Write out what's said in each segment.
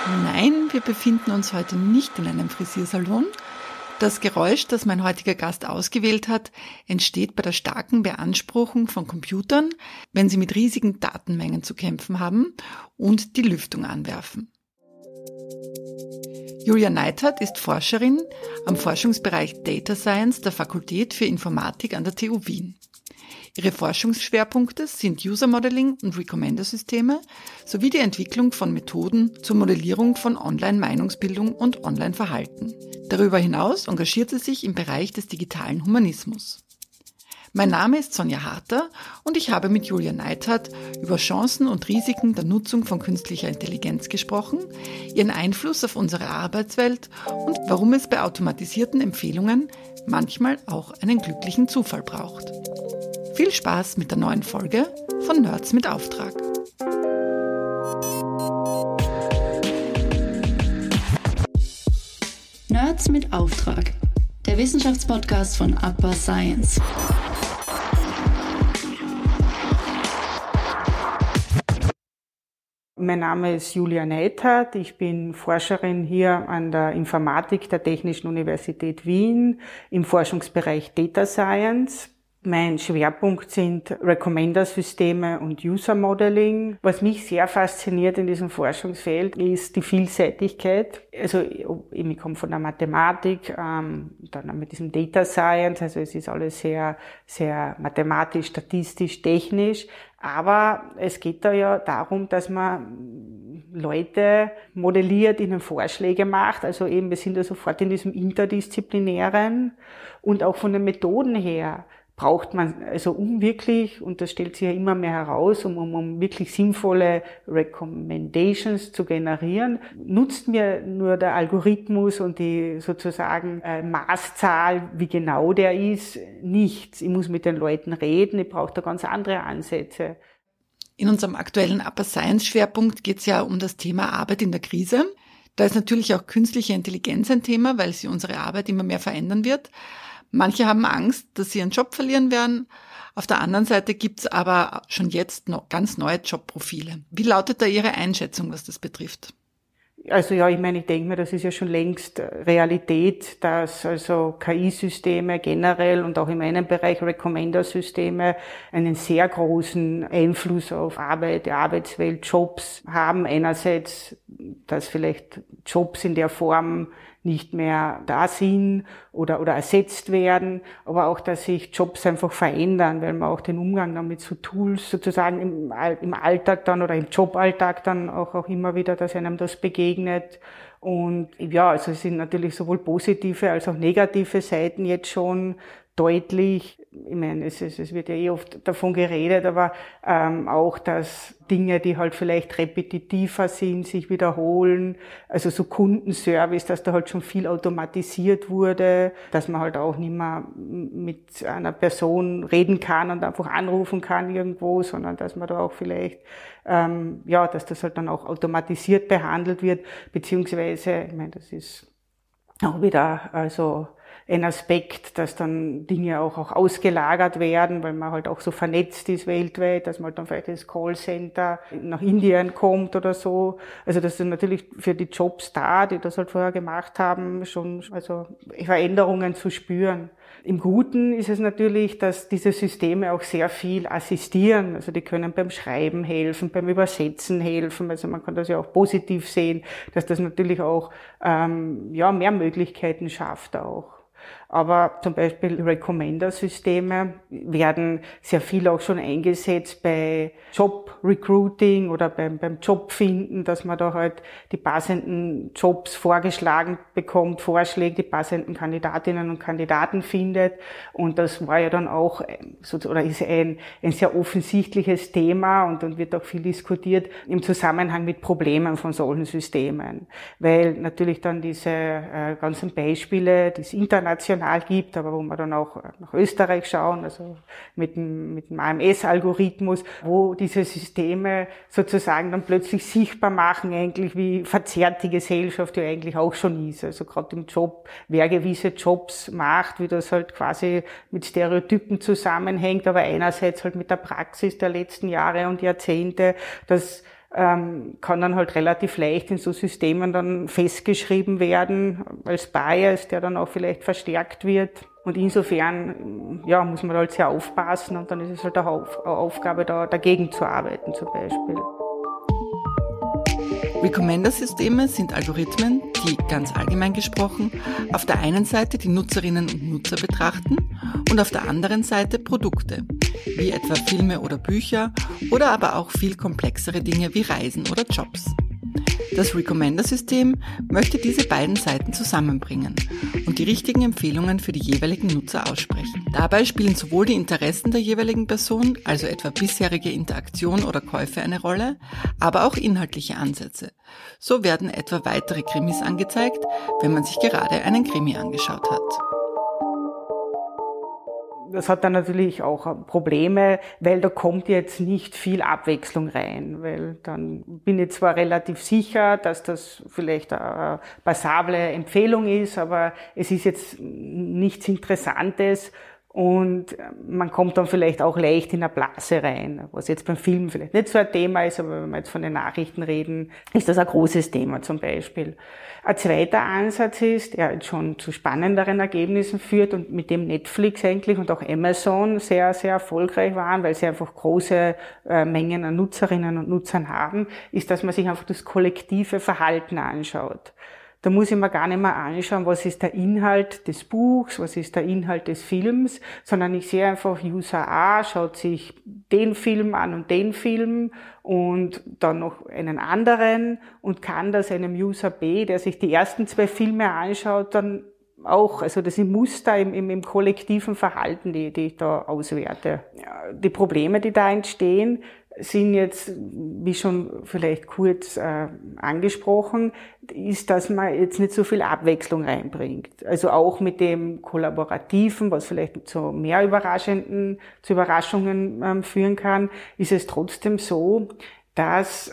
Nein, wir befinden uns heute nicht in einem Frisiersalon. Das Geräusch, das mein heutiger Gast ausgewählt hat, entsteht bei der starken Beanspruchung von Computern, wenn sie mit riesigen Datenmengen zu kämpfen haben und die Lüftung anwerfen. Julia Neithardt ist Forscherin am Forschungsbereich Data Science der Fakultät für Informatik an der TU Wien. Ihre Forschungsschwerpunkte sind User Modeling und Recommender-Systeme sowie die Entwicklung von Methoden zur Modellierung von Online-Meinungsbildung und Online-Verhalten. Darüber hinaus engagiert sie sich im Bereich des digitalen Humanismus. Mein Name ist Sonja Harter und ich habe mit Julia Neithardt über Chancen und Risiken der Nutzung von künstlicher Intelligenz gesprochen, ihren Einfluss auf unsere Arbeitswelt und warum es bei automatisierten Empfehlungen manchmal auch einen glücklichen Zufall braucht. Viel Spaß mit der neuen Folge von Nerds mit Auftrag. Nerds mit Auftrag, der Wissenschaftspodcast von APA Science. Mein Name ist Julia Neithardt, ich bin Forscherin hier an der Informatik der Technischen Universität Wien im Forschungsbereich Data Science. Mein Schwerpunkt sind Recommender-Systeme und User Modeling. Was mich sehr fasziniert in diesem Forschungsfeld ist die Vielseitigkeit. Also ich komme von der Mathematik, dann mit diesem Data Science, also es ist alles sehr, sehr mathematisch, statistisch, technisch. Aber es geht da ja darum, dass man Leute modelliert, ihnen Vorschläge macht. Also eben, wir sind ja sofort in diesem Interdisziplinären und auch von den Methoden her braucht man, also um wirklich, und das stellt sich ja immer mehr heraus, um wirklich sinnvolle Recommendations zu generieren, nutzt mir nur der Algorithmus und die sozusagen Maßzahl, wie genau der ist, nichts. Ich muss mit den Leuten reden, ich brauche da ganz andere Ansätze. In unserem aktuellen Upper Science Schwerpunkt geht es ja um das Thema Arbeit in der Krise. Da ist natürlich auch künstliche Intelligenz ein Thema, weil sie unsere Arbeit immer mehr verändern wird. Manche haben Angst, dass sie ihren Job verlieren werden. Auf der anderen Seite gibt es aber schon jetzt noch ganz neue Jobprofile. Wie lautet da Ihre Einschätzung, was das betrifft? Also ja, ich meine, ich denke mir, das ist ja schon längst Realität, dass also KI-Systeme generell und auch in meinem Bereich Recommender-Systeme einen sehr großen Einfluss auf Arbeit, die Arbeitswelt, Jobs haben. Einerseits, dass vielleicht Jobs in der Form nicht mehr da sind oder ersetzt werden, aber auch, dass sich Jobs einfach verändern, weil man auch den Umgang damit so Tools sozusagen im Alltag dann oder im Joballtag dann auch immer wieder, dass einem das begegnet. Und ja, also es sind natürlich sowohl positive als auch negative Seiten jetzt schon deutlich. Ich meine, es wird ja oft davon geredet, aber auch, dass Dinge, die halt vielleicht repetitiver sind, sich wiederholen. Also so Kundenservice, dass da halt schon viel automatisiert wurde, dass man halt auch nicht mehr mit einer Person reden kann und einfach anrufen kann irgendwo, sondern dass man da auch vielleicht, dass das halt dann auch automatisiert behandelt wird, beziehungsweise, ich meine, das ist auch wieder, also ein Aspekt, dass dann Dinge auch ausgelagert werden, weil man halt auch so vernetzt ist weltweit, dass man halt dann vielleicht das Callcenter nach Indien kommt oder so. Also das sind natürlich für die Jobs da, die das halt vorher gemacht haben, schon also Veränderungen zu spüren. Im Guten ist es natürlich, dass diese Systeme auch sehr viel assistieren. Also die können beim Schreiben helfen, beim Übersetzen helfen. Also man kann das ja auch positiv sehen, dass das natürlich auch mehr Möglichkeiten schafft auch. Aber zum Beispiel Recommender-Systeme werden sehr viel auch schon eingesetzt bei Job-Recruiting oder beim Jobfinden, dass man da halt die passenden Jobs vorgeschlagen bekommt, Vorschläge, die passenden Kandidatinnen und Kandidaten findet. Und das war ja dann auch, ist ein sehr offensichtliches Thema und wird auch viel diskutiert im Zusammenhang mit Problemen von solchen Systemen. Weil natürlich dann diese ganzen Beispiele, die es international gibt, aber wo wir dann auch nach Österreich schauen, also mit dem AMS-Algorithmus, wo diese Systeme sozusagen dann plötzlich sichtbar machen, eigentlich wie verzerrt die Gesellschaft ja eigentlich auch schon ist. Also gerade im Job, wer gewisse Jobs macht, wie das halt quasi mit Stereotypen zusammenhängt, aber einerseits halt mit der Praxis der letzten Jahre und Jahrzehnte, dass kann dann halt relativ leicht in so Systemen dann festgeschrieben werden als Bias, der dann auch vielleicht verstärkt wird. Und insofern, ja, muss man halt sehr aufpassen und dann ist es halt eine Aufgabe, da dagegen zu arbeiten zum Beispiel. Recommender-Systeme sind Algorithmen, die, ganz allgemein gesprochen, auf der einen Seite die Nutzerinnen und Nutzer betrachten und auf der anderen Seite Produkte, wie etwa Filme oder Bücher oder aber auch viel komplexere Dinge wie Reisen oder Jobs. Das Recommender-System möchte diese beiden Seiten zusammenbringen und die richtigen Empfehlungen für die jeweiligen Nutzer aussprechen. Dabei spielen sowohl die Interessen der jeweiligen Person, also etwa bisherige Interaktion oder Käufe, eine Rolle, aber auch inhaltliche Ansätze. So werden etwa weitere Krimis angezeigt, wenn man sich gerade einen Krimi angeschaut hat. Das hat dann natürlich auch Probleme, weil da kommt jetzt nicht viel Abwechslung rein, weil dann bin ich zwar relativ sicher, dass das vielleicht eine passable Empfehlung ist, aber es ist jetzt nichts Interessantes und man kommt dann vielleicht auch leicht in eine Blase rein, was jetzt beim Film vielleicht nicht so ein Thema ist, aber wenn wir jetzt von den Nachrichten reden, ist das ein großes Thema zum Beispiel. Ein zweiter Ansatz ist, der jetzt schon zu spannenderen Ergebnissen führt und mit dem Netflix eigentlich und auch Amazon sehr, sehr erfolgreich waren, weil sie einfach große Mengen an Nutzerinnen und Nutzern haben, ist, dass man sich einfach das kollektive Verhalten anschaut. Da muss ich mir gar nicht mehr anschauen, was ist der Inhalt des Buchs, was ist der Inhalt des Films, sondern ich sehe einfach, User A schaut sich den Film an und den Film und dann noch einen anderen und kann das einem User B, der sich die ersten 2 Filme anschaut, dann auch, also das sind Muster im kollektiven Verhalten, die ich da auswerte. Ja, die Probleme, die da entstehen, sind jetzt, wie schon vielleicht kurz angesprochen, ist, dass man jetzt nicht so viel Abwechslung reinbringt. Also auch mit dem Kollaborativen, was vielleicht zu mehr zu Überraschungen führen kann, ist es trotzdem so, dass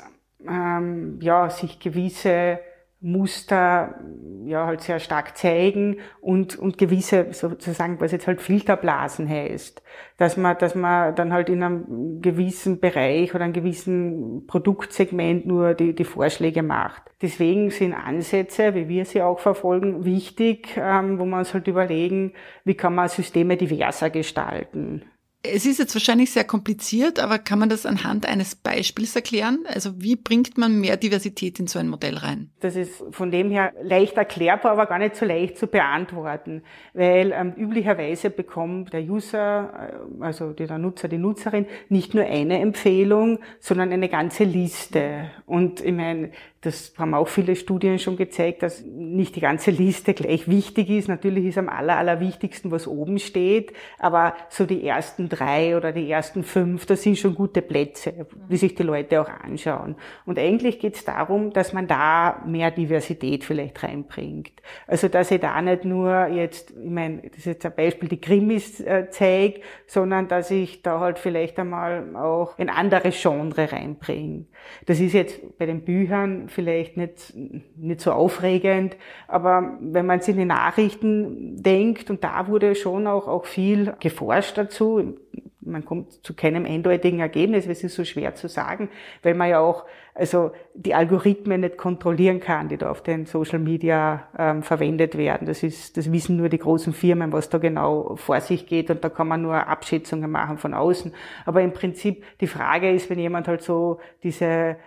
sich gewisse Muster halt sehr stark zeigen und gewisse sozusagen, was jetzt halt Filterblasen heißt, dass man dann halt in einem gewissen Bereich oder einem gewissen Produktsegment nur die Vorschläge macht. Deswegen sind Ansätze, wie wir sie auch verfolgen, wichtig, wo wir uns halt überlegen, wie kann man Systeme diverser gestalten. Es ist jetzt wahrscheinlich sehr kompliziert, aber kann man das anhand eines Beispiels erklären? Also wie bringt man mehr Diversität in so ein Modell rein? Das ist von dem her leicht erklärbar, aber gar nicht so leicht zu beantworten, weil üblicherweise bekommt der User, also der Nutzer, die Nutzerin, nicht nur eine Empfehlung, sondern eine ganze Liste. Und ich meine, das haben auch viele Studien schon gezeigt, dass nicht die ganze Liste gleich wichtig ist. Natürlich ist am allerwichtigsten, was oben steht, aber so die ersten 3 oder die ersten 5, das sind schon gute Plätze, die sich die Leute auch anschauen. Und eigentlich geht es darum, dass man da mehr Diversität vielleicht reinbringt. Also dass ich da nicht nur jetzt, ich meine, das ist jetzt ein Beispiel, die Krimis zeige, sondern dass ich da halt vielleicht einmal auch ein anderes Genre reinbringe. Das ist jetzt bei den Büchern vielleicht nicht so aufregend, aber wenn man sich in die Nachrichten denkt, und da wurde schon auch viel geforscht dazu, man kommt zu keinem eindeutigen Ergebnis, es ist so schwer zu sagen, weil man ja auch die Algorithmen nicht kontrollieren kann, die da auf den Social Media verwendet werden. Das wissen nur die großen Firmen, was da genau vor sich geht, und da kann man nur Abschätzungen machen von außen. Aber im Prinzip die Frage ist, wenn jemand halt so diese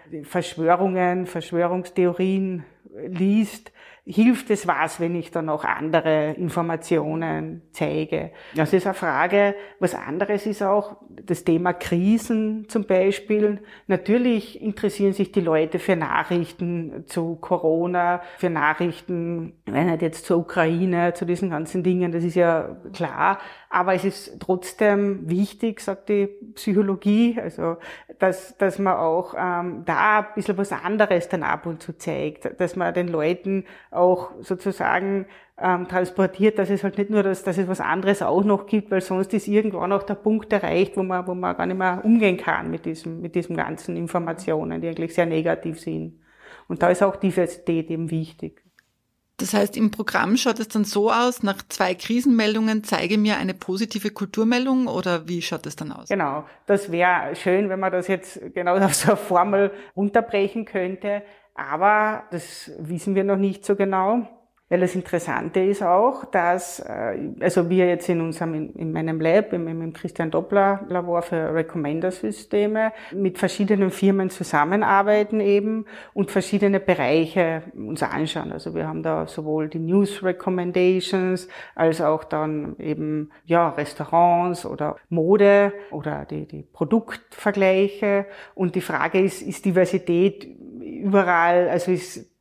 Verschwörungstheorien liest, hilft es was, wenn ich dann auch andere Informationen zeige? Das ist eine Frage. Was anderes ist auch das Thema Krisen zum Beispiel. Natürlich interessieren sich die Leute für Nachrichten zu Corona, für Nachrichten, wenn nicht jetzt zur Ukraine, zu diesen ganzen Dingen, das ist ja klar. Aber es ist trotzdem wichtig, sagt die Psychologie, also dass man auch da ein bisschen was anderes dann ab und zu zeigt, dass man den Leuten auch sozusagen transportiert, dass es halt nicht nur dass es was anderes auch noch gibt, weil sonst ist irgendwann auch der Punkt erreicht, wo man gar nicht mehr umgehen kann mit diesem ganzen Informationen, die eigentlich sehr negativ sind. Und da ist auch Diversität eben wichtig. Das heißt, im Programm schaut es dann so aus, nach 2 Krisenmeldungen zeige mir eine positive Kulturmeldung oder wie schaut es dann aus? Genau, das wäre schön, wenn man das jetzt genau auf so eine Formel runterbrechen könnte, aber das wissen wir noch nicht so genau. Weil das Interessante ist auch, dass, also wir jetzt in meinem Lab, im Christian Doppler Labor für Recommender-Systeme mit verschiedenen Firmen zusammenarbeiten eben und verschiedene Bereiche uns anschauen. Also wir haben da sowohl die News Recommendations als auch dann eben, Restaurants oder Mode oder die Produktvergleiche. Und die Frage ist Diversität überall, also ist,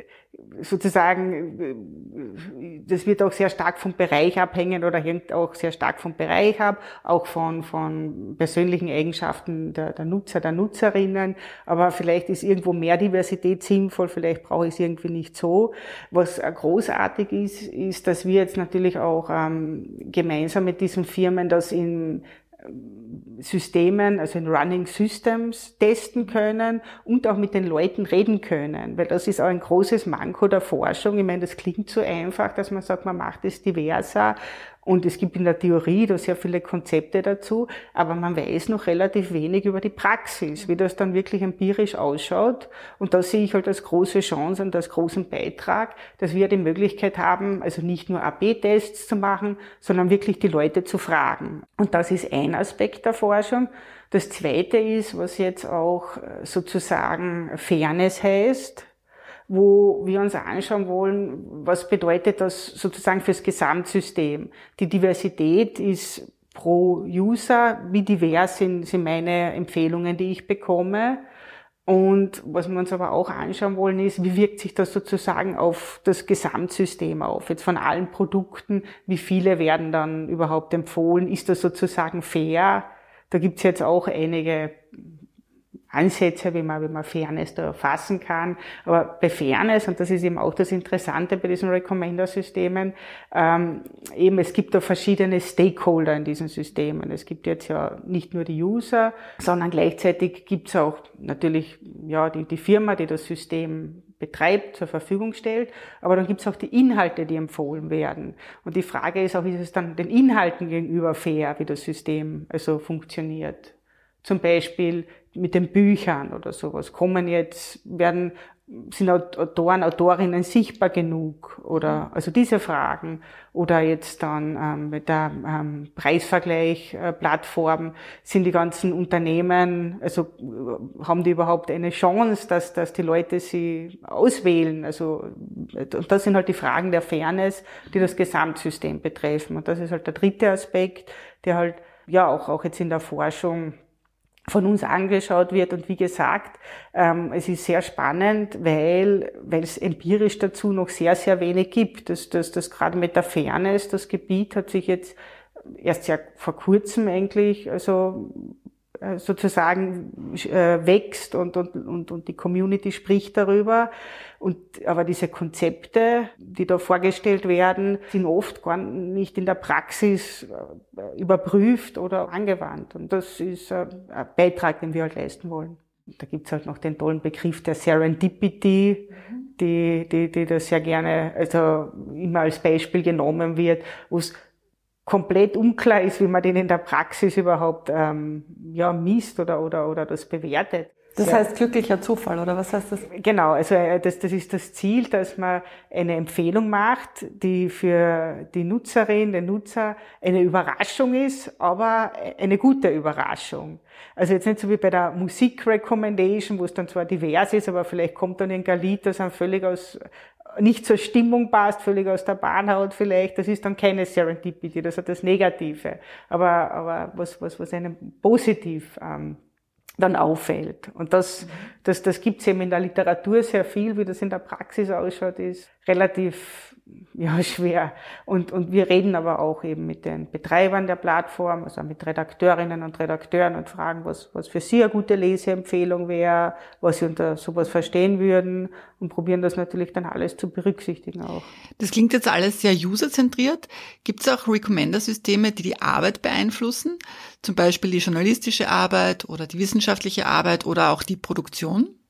sozusagen, das wird auch sehr stark vom Bereich abhängen oder hängt auch sehr stark vom Bereich ab, auch von persönlichen Eigenschaften der Nutzer, der Nutzerinnen. Aber vielleicht ist irgendwo mehr Diversität sinnvoll, vielleicht brauche ich es irgendwie nicht so. Was großartig ist, dass wir jetzt natürlich auch gemeinsam mit diesen Firmen das in Systemen, also in Running Systems testen können und auch mit den Leuten reden können, weil das ist auch ein großes Manko der Forschung. Ich meine, das klingt so einfach, dass man sagt, man macht es diverser und es gibt in der Theorie da sehr viele Konzepte dazu, aber man weiß noch relativ wenig über die Praxis, wie das dann wirklich empirisch ausschaut. Und da sehe ich halt als große Chance und als großen Beitrag, dass wir die Möglichkeit haben, also nicht nur AB-Tests zu machen, sondern wirklich die Leute zu fragen. Und das ist ein Aspekt der Forschung. Das zweite ist, was jetzt auch sozusagen Fairness heißt, wo wir uns anschauen wollen, was bedeutet das sozusagen fürs Gesamtsystem. Die Diversität ist pro User, wie divers sind meine Empfehlungen, die ich bekomme. Und was wir uns aber auch anschauen wollen, ist, wie wirkt sich das sozusagen auf das Gesamtsystem auf? Jetzt von allen Produkten, wie viele werden dann überhaupt empfohlen? Ist das sozusagen fair? Da gibt's jetzt auch einige Ansätze, wie man Fairness da erfassen kann. Aber bei Fairness, und das ist eben auch das Interessante bei diesen Recommender-Systemen, eben es gibt da verschiedene Stakeholder in diesen Systemen. Es gibt jetzt ja nicht nur die User, sondern gleichzeitig gibt's auch natürlich die Firma, die das System betreibt, zur Verfügung stellt, aber dann gibt's auch die Inhalte, die empfohlen werden. Und die Frage ist auch, ist es dann den Inhalten gegenüber fair, wie das System also funktioniert? Zum Beispiel mit den Büchern oder sowas. Sind Autoren, Autorinnen sichtbar genug? Oder, also diese Fragen. Oder jetzt dann, mit der, Preisvergleich-Plattform, sind die ganzen Unternehmen, also, haben die überhaupt eine Chance, dass die Leute sie auswählen? Also, und das sind halt die Fragen der Fairness, die das Gesamtsystem betreffen. Und das ist halt der dritte Aspekt, der halt, auch jetzt in der Forschung von uns angeschaut wird. Und wie gesagt, es ist sehr spannend, weil es empirisch dazu noch sehr, sehr wenig gibt. Das gerade mit der Fairness, das Gebiet hat sich jetzt erst sehr vor kurzem eigentlich, also sozusagen wächst und die Community spricht darüber. Aber diese Konzepte, die da vorgestellt werden, sind oft gar nicht in der Praxis überprüft oder angewandt. Und das ist ein Beitrag, den wir halt leisten wollen. Da gibt's halt noch den tollen Begriff der Serendipity, die das sehr gerne, also immer als Beispiel genommen wird, wo es komplett unklar ist, wie man den in der Praxis überhaupt misst oder das bewertet. Das heißt glücklicher Zufall, oder was heißt das? Genau, also das ist das Ziel, dass man eine Empfehlung macht, die für die Nutzerin, den Nutzer eine Überraschung ist, aber eine gute Überraschung. Also jetzt nicht so wie bei der Musik-Recommendation, wo es dann zwar divers ist, aber vielleicht kommt dann ein Lied, das dann völlig nicht zur Stimmung passt, völlig aus der Bahn haut vielleicht, das ist dann keine Serendipity, das hat das Negative. Aber was einem positiv dann auffällt. Und das gibt's eben in der Literatur sehr viel, wie das in der Praxis ausschaut, ist relativ schwer. Und wir reden aber auch eben mit den Betreibern der Plattform, also mit Redakteurinnen und Redakteuren und fragen, was für sie eine gute Leseempfehlung wäre, was sie unter sowas verstehen würden und probieren das natürlich dann alles zu berücksichtigen auch. Das klingt jetzt alles sehr userzentriert. Gibt es auch Recommender-Systeme, die Arbeit beeinflussen? Zum Beispiel die journalistische Arbeit oder die wissenschaftliche Arbeit oder auch die Produktion?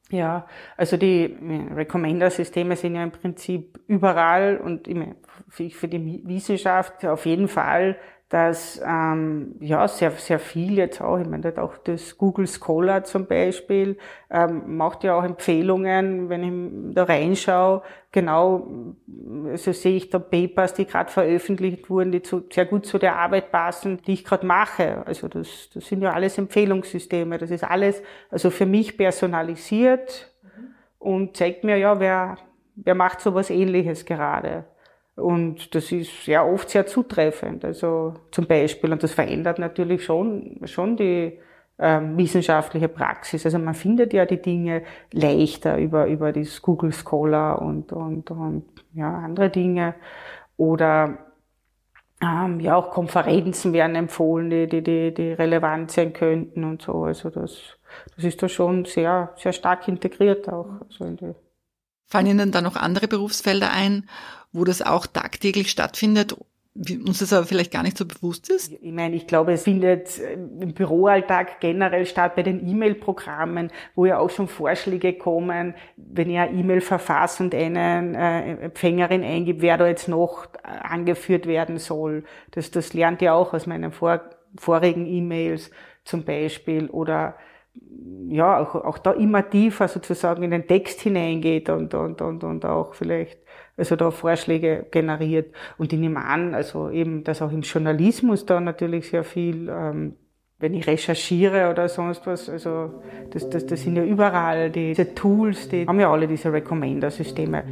Ja, also die Recommender-Systeme sind ja im Prinzip überall und für die Wissenschaft auf jeden Fall, dass sehr, sehr viel jetzt auch, ich meine, auch das Google Scholar zum Beispiel macht ja auch Empfehlungen, wenn ich da reinschaue, genau, so sehe ich da Papers, die gerade veröffentlicht wurden, die sehr gut zu der Arbeit passen, die ich gerade mache. Also das sind ja alles Empfehlungssysteme, das ist alles also für mich personalisiert und zeigt mir ja, wer macht sowas Ähnliches gerade. Und das ist ja oft sehr zutreffend, also zum Beispiel, und das verändert natürlich schon die wissenschaftliche Praxis. Also man findet ja die Dinge leichter über das Google Scholar und andere Dinge. Oder auch Konferenzen werden empfohlen, die relevant sein könnten und so. Also das ist da schon sehr, sehr stark integriert auch. Also fallen Ihnen da noch andere Berufsfelder ein, wo das auch tagtäglich stattfindet, uns das aber vielleicht gar nicht so bewusst ist? Ich meine, ich glaube, es findet im Büroalltag generell statt bei den E-Mail-Programmen, wo ja auch schon Vorschläge kommen, wenn ich eine E-Mail verfasse und einen Empfängerin eingibt, wer da jetzt noch angeführt werden soll. Das lernt ihr auch aus meinen vorigen E-Mails zum Beispiel. Oder ja, auch da immer tiefer sozusagen in den Text hineingeht und auch vielleicht also da Vorschläge generiert. Und ich nehme an, also eben, dass auch im Journalismus da natürlich sehr viel, wenn ich recherchiere oder sonst was, also das sind ja überall diese Tools, die haben ja alle diese Recommender-Systeme.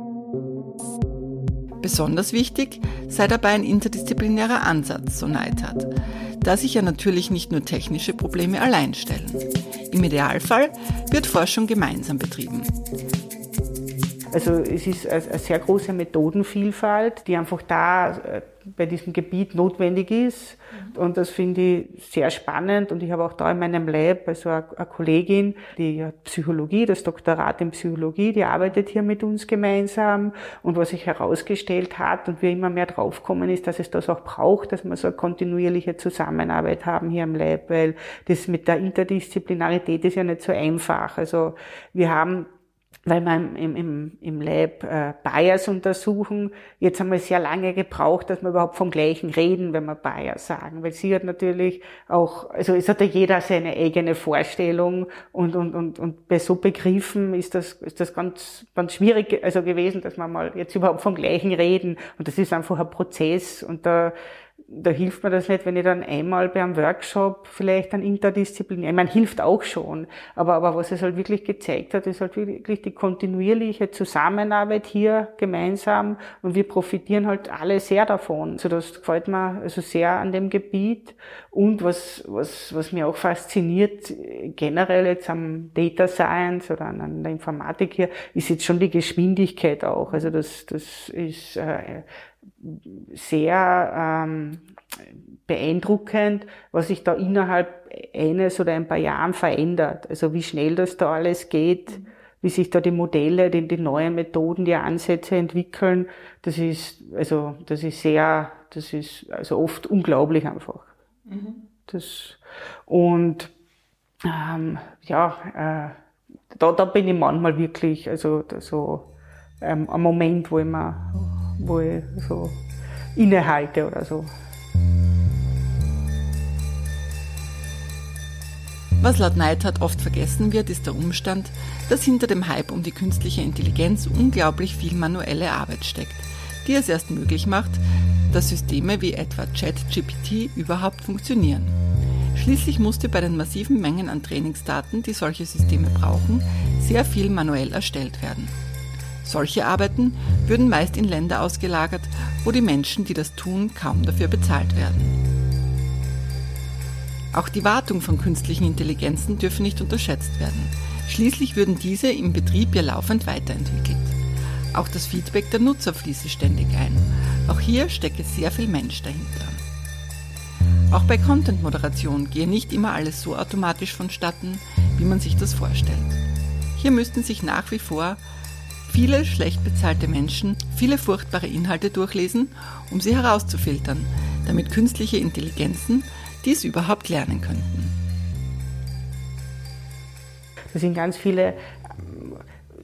Besonders wichtig sei dabei ein interdisziplinärer Ansatz, so Neithardt, da sich ja natürlich nicht nur technische Probleme allein stellen. Im Idealfall wird Forschung gemeinsam betrieben. Also es ist eine sehr große Methodenvielfalt, die einfach da bei diesem Gebiet notwendig ist. Und das finde ich sehr spannend. Und ich habe auch da in meinem Lab also eine Kollegin, die hat Psychologie, das Doktorat in Psychologie, die arbeitet hier mit uns gemeinsam. Und was sich herausgestellt hat und wir immer mehr draufkommen, ist, dass es das auch braucht, dass wir so eine kontinuierliche Zusammenarbeit haben hier im Lab, weil das mit der Interdisziplinarität ist ja nicht so einfach. Also wir haben, weil wir im Lab Bias untersuchen, jetzt haben wir sehr lange gebraucht, dass wir überhaupt vom Gleichen reden, wenn wir Bias sagen, weil sie hat natürlich auch, also es hat ja jeder seine eigene Vorstellung und bei so Begriffen ist das ganz, ganz schwierig also gewesen, dass wir mal jetzt überhaupt vom Gleichen reden, und das ist einfach ein Prozess, und da hilft mir das nicht, wenn ich dann einmal bei einem Workshop vielleicht ein Interdisziplin, ich meine, hilft auch schon, aber was es halt wirklich gezeigt hat, ist halt wirklich die kontinuierliche Zusammenarbeit hier gemeinsam, und wir profitieren halt alle sehr davon. Also das gefällt mir also sehr an dem Gebiet, und was mir auch fasziniert, generell jetzt am Data Science oder an der Informatik hier, ist jetzt schon die Geschwindigkeit auch. Also das ist sehr beeindruckend, was sich da innerhalb eines oder ein paar Jahren verändert. Also wie schnell das da alles geht, wie sich da die Modelle, die neuen Methoden, die Ansätze entwickeln. Das ist oft unglaublich einfach. Da bin ich manchmal wirklich, also so ein Moment, wo ich so innehalte oder so. Was laut Neithardt oft vergessen wird, ist der Umstand, dass hinter dem Hype um die künstliche Intelligenz unglaublich viel manuelle Arbeit steckt, die es erst möglich macht, dass Systeme wie etwa ChatGPT überhaupt funktionieren. Schließlich musste bei den massiven Mengen an Trainingsdaten, die solche Systeme brauchen, sehr viel manuell erstellt werden. Solche Arbeiten würden meist in Länder ausgelagert, wo die Menschen, die das tun, kaum dafür bezahlt werden. Auch die Wartung von künstlichen Intelligenzen dürfen nicht unterschätzt werden. Schließlich würden diese im Betrieb ja laufend weiterentwickelt. Auch das Feedback der Nutzer fließe ständig ein. Auch hier stecke sehr viel Mensch dahinter. Auch bei Content-Moderation gehe nicht immer alles so automatisch vonstatten, wie man sich das vorstellt. Hier müssten sich nach wie vor viele schlecht bezahlte Menschen viele furchtbare Inhalte durchlesen, um sie herauszufiltern, damit künstliche Intelligenzen dies überhaupt lernen könnten. Da sind ganz viele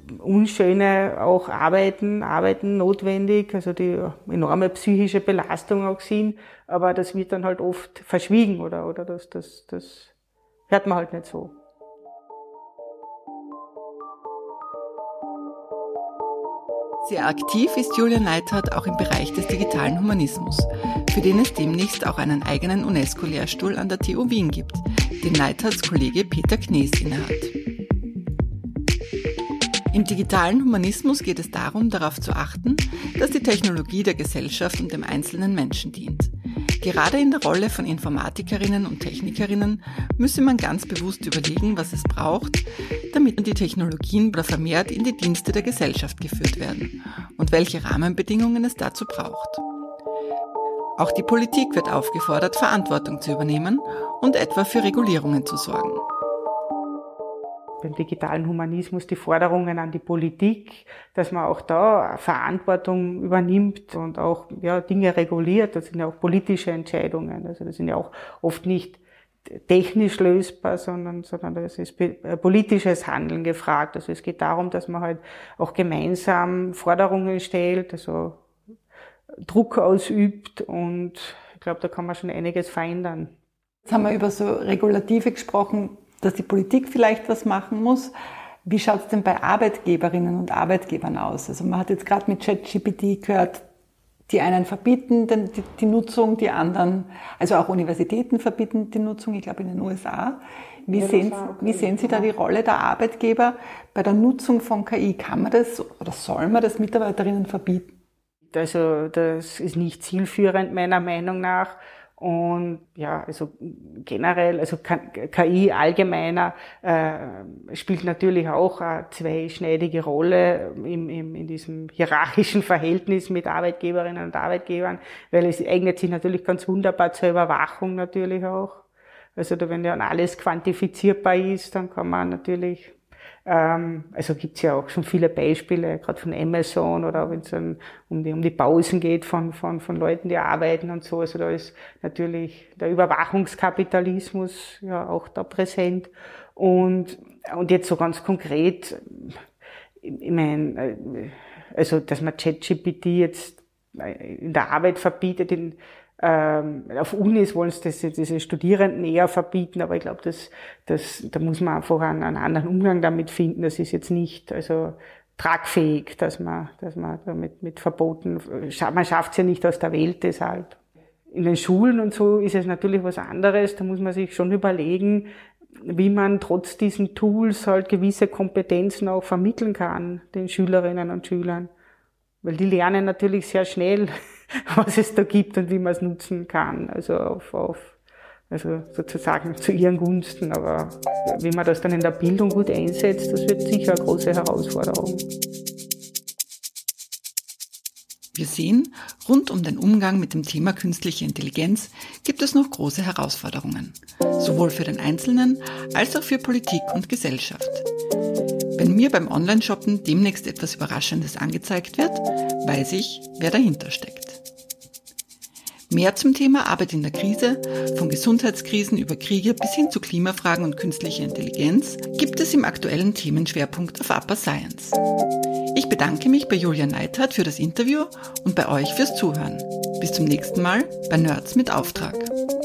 unschöne auch Arbeiten notwendig, also die enorme psychische Belastung auch sind, aber das wird dann halt oft verschwiegen oder das hört man halt nicht so. Sehr aktiv ist Julia Neithardt auch im Bereich des digitalen Humanismus, für den es demnächst auch einen eigenen UNESCO-Lehrstuhl an der TU Wien gibt, den Neithardts Kollege Peter Knees innehat. Im digitalen Humanismus geht es darum, darauf zu achten, dass die Technologie der Gesellschaft und dem einzelnen Menschen dient. Gerade in der Rolle von Informatikerinnen und Technikerinnen müsse man ganz bewusst überlegen, was es braucht, damit die Technologien vermehrt in die Dienste der Gesellschaft geführt werden und welche Rahmenbedingungen es dazu braucht. Auch die Politik wird aufgefordert, Verantwortung zu übernehmen und etwa für Regulierungen zu sorgen. Beim digitalen Humanismus die Forderungen an die Politik, dass man auch da Verantwortung übernimmt und auch Dinge reguliert. Das sind ja auch politische Entscheidungen. Also das sind ja auch oft nicht technisch lösbar, sondern das ist politisches Handeln gefragt. Also es geht darum, dass man halt auch gemeinsam Forderungen stellt, also Druck ausübt, und ich glaube, da kann man schon einiges verändern. Jetzt haben wir über so Regulative gesprochen, dass die Politik vielleicht was machen muss. Wie schaut es denn bei Arbeitgeberinnen und Arbeitgebern aus? Also man hat jetzt gerade mit ChatGPT gehört, die einen verbieten die Nutzung, die anderen, also auch Universitäten verbieten die Nutzung, ich glaube in den USA. Wie sehen Sie da die Rolle der Arbeitgeber bei der Nutzung von KI? Kann man das oder soll man das Mitarbeiterinnen verbieten? Also das ist nicht zielführend meiner Meinung nach. Und also generell, also KI allgemeiner spielt natürlich auch eine zweischneidige Rolle in diesem hierarchischen Verhältnis mit Arbeitgeberinnen und Arbeitgebern, weil es eignet sich natürlich ganz wunderbar zur Überwachung natürlich auch. Also wenn ja alles quantifizierbar ist, dann kann man natürlich also gibt's ja auch schon viele Beispiele, gerade von Amazon, oder wenn es dann um die Pausen geht von Leuten, die arbeiten und so. Also da ist natürlich der Überwachungskapitalismus ja auch da präsent. Und jetzt so ganz konkret, ich meine, also dass man ChatGPT jetzt in der Arbeit verbietet, auf Unis wollen es diese Studierenden eher verbieten, aber ich glaube, da muss man einfach einen anderen Umgang damit finden. Das ist jetzt nicht tragfähig, dass man damit mit Verboten, man schafft es ja nicht aus der Welt deshalb. In den Schulen und so ist es natürlich was anderes. Da muss man sich schon überlegen, wie man trotz diesen Tools halt gewisse Kompetenzen auch vermitteln kann den Schülerinnen und Schülern. Weil die lernen natürlich sehr schnell, was es da gibt und wie man es nutzen kann. Also also sozusagen zu ihren Gunsten. Aber wie man das dann in der Bildung gut einsetzt, das wird sicher eine große Herausforderung. Wir sehen, rund um den Umgang mit dem Thema künstliche Intelligenz gibt es noch große Herausforderungen. Sowohl für den Einzelnen als auch für Politik und Gesellschaft. Wenn mir beim Online-Shoppen demnächst etwas Überraschendes angezeigt wird, weiß ich, wer dahinter steckt. Mehr zum Thema Arbeit in der Krise, von Gesundheitskrisen über Kriege bis hin zu Klimafragen und künstlicher Intelligenz, gibt es im aktuellen Themenschwerpunkt auf Upper Science. Ich bedanke mich bei Julia Neithardt für das Interview und bei euch fürs Zuhören. Bis zum nächsten Mal bei Nerds mit Auftrag.